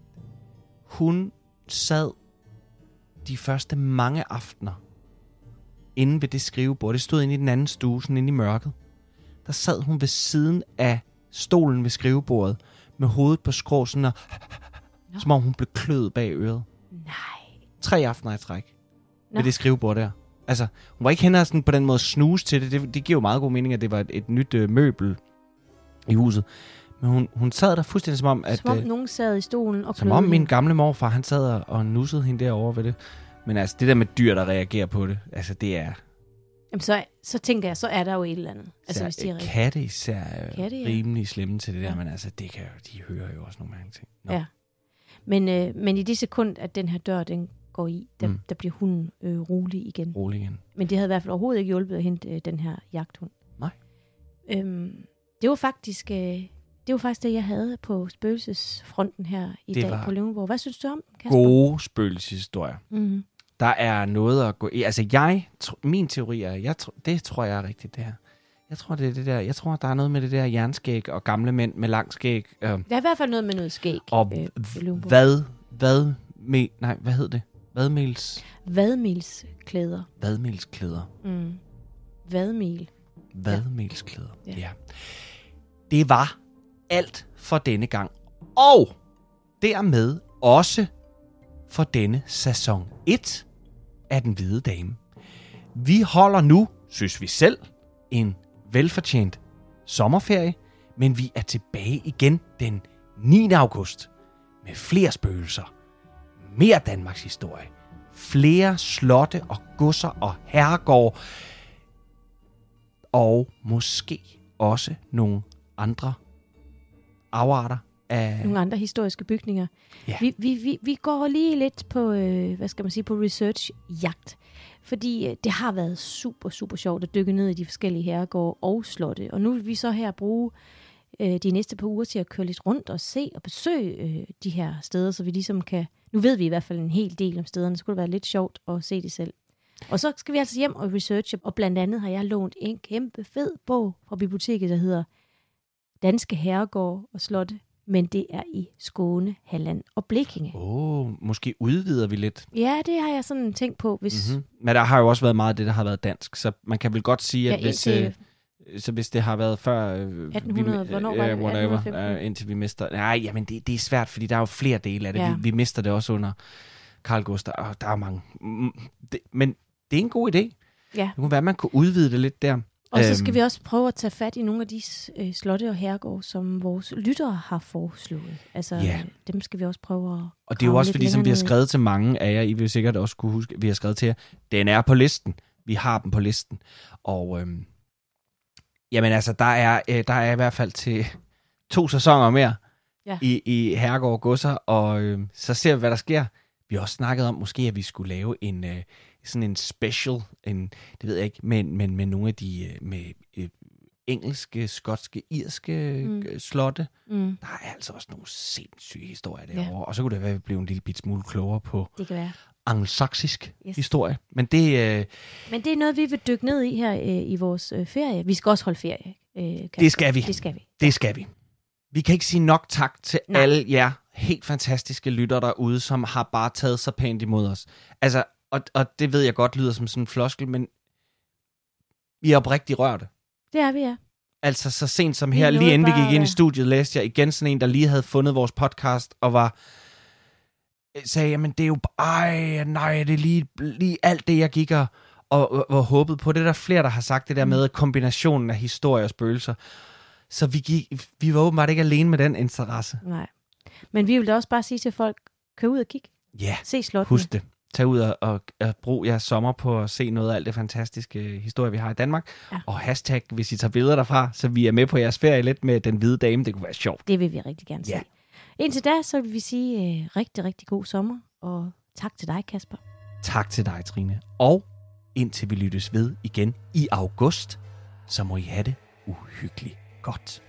hun sad de første mange aftener inde ved det skrivebord. Det stod inde i den anden stue, sådan inde i mørket. Der sad hun ved siden af stolen ved skrivebordet, med hovedet på skrå, sådan og no. som om hun blev kløet bag øret. Nej. Tre aftener i træk no. ved det skrivebord der. Altså, hun var ikke henne sådan på den måde snuse til det. det. Det giver jo meget god mening, at det var et, et nyt øh, møbel i huset. Men hun, hun sad der fuldstændig som om, at... Som om øh, nogen sad i stolen og Som om min gamle morfar, han sad og, og nussede hende derovre ved det. Men altså, det der med dyr, der reagerer på det, altså det er... Jamen, så, så tænker jeg, så er der jo et eller andet. Altså, hvis de er katte især er katte, ja. rimelig slemme til det der, ja. men altså, det kan, de hører jo også nogle mange ting. Nå. Ja. Men, øh, men i det sekund, at den her dør, den går i, der, mm. der bliver hunden øh, rolig igen. Rolig igen. Men det havde i hvert fald overhovedet ikke hjulpet at hente øh, den her jagthund. Nej. Øhm, det var faktisk... Øh, Det var faktisk det, jeg havde på spøgelsesfronten her i det dag på Løvenborg. Hvad synes du om, Kasper? Gode spøgelseshistorier. Mm-hmm. Der er noget at gå i. Altså jeg, min teori er, jeg, det tror jeg er rigtigt det her. Jeg tror, det er det der. Jeg tror, der er noget med det der jernskæg og gamle mænd med lang skæg. Øh. Der er i hvert fald noget med noget skæg. Og øh, hvad, hvad, med, nej, hvad hed det? Vadmels? Vadmelsklæder. Vadmelsklæder. Mm. Vadmel. Vadmelsklæder, ja. ja. ja. Det var alt for denne gang. Og dermed også for denne sæson et af Den Hvide Dame. Vi holder nu, synes vi selv, en velfortjent sommerferie, men vi er tilbage igen den niende august med flere spøgelser, mere Danmarks historie, flere slotte og godser og herregård, og måske også nogle andre afarter af... Nogle andre historiske bygninger. Ja. Vi, vi, vi, vi går lige lidt på, øh, hvad skal man sige, på research-jagt. Fordi øh, det har været super, super sjovt at dykke ned i de forskellige herregårde og slotte. Og nu vil vi så her bruge øh, de næste par uger til at køre lidt rundt og se og besøge øh, de her steder, så vi ligesom kan... Nu ved vi i hvert fald en hel del om stederne, så skulle det være lidt sjovt at se det selv. Og så skal vi altså hjem og researche, og blandt andet har jeg lånt en kæmpe fed bog fra biblioteket, der hedder Danske Herregård og Slotte, men det er i Skåne, Halland og Blekinge. Åh, oh, måske udvider vi lidt. Ja, det har jeg sådan tænkt på. Hvis... Mm-hmm. Men der har jo også været meget af det, der har været dansk, så man kan vel godt sige, at ja, hvis, indtil... øh, så hvis det har været før... Øh, atten hundrede, vi, hvornår øh, var det? whatever, atten femten øh, indtil vi mister... Nej, jamen det, det er svært, fordi der er jo flere dele af det. Ja. Vi, vi mister det også under Carl Gustaf, og der er mange. Mm, det, men det er en god idé. Ja. Det kunne være, at man kunne udvide det lidt der. Og så skal vi også prøve at tage fat i nogle af de øh, slotte og herregård, som vores lyttere har foreslået. Altså, ja. dem skal vi også prøve at... Og det er jo også fordi, som vi har skrevet til mange af jer, I vil sikkert også kunne huske, vi har skrevet til jer, den er på listen. Vi har dem på listen. Og øhm, jamen altså, der er, øh, der er i hvert fald til to sæsoner mere ja. i, i herregård og godser, og øh, så ser vi, hvad der sker. Vi har også snakket om, måske at vi skulle lave en... Øh, sådan en special, en, det ved jeg ikke, men, men med nogle af de med øh, engelske, skotske, irske mm. slotte. Mm. Der er altså også nogle sindssyge historier derovre. Ja. Og så kunne det være, at vi blev en lille bit smule klogere på det kan være. angelsaksisk yes. historie. Men det, øh, men det er noget, vi vil dykke ned i her øh, i vores øh, ferie. Vi skal også holde ferie. Øh, det skal vi. Det skal vi. Det skal vi. Vi kan ikke sige nok tak til Nej. alle jer helt fantastiske lyttere derude, som har bare taget så pænt imod os. Altså, Og, og det ved jeg godt lyder som sådan en floskel, men vi er oprigtigt rørte. Det er vi, ja. Altså så sent som her, lige inden vi gik ind i studiet, læste jeg igen sådan en, der lige havde fundet vores podcast, og var sagde, jamen det er jo, ej, nej, det er lige, lige alt det, jeg gik og, og, og, og håbede på. Det er der flere, der har sagt det der med kombinationen af historie og spøgelser. Så vi, gik, vi var åbenbart ikke alene med den interesse. Nej. Men vi vil da også bare sige til folk, kør ud og kig. Ja, se slottene. Husk det. Tag ud og, og, og brug jeres sommer på at se noget af alt det fantastiske historie, vi har i Danmark. Ja. Og hashtag, hvis I tager billeder derfra, så vi er med på jeres ferie lidt med den hvide dame. Det kunne være sjovt. Det vil vi rigtig gerne se. Ja. Indtil da, så vil vi sige uh, rigtig, rigtig god sommer. Og tak til dig, Kasper. Tak til dig, Trine. Og indtil vi lyttes ved igen i august, så må I have det uhyggeligt godt.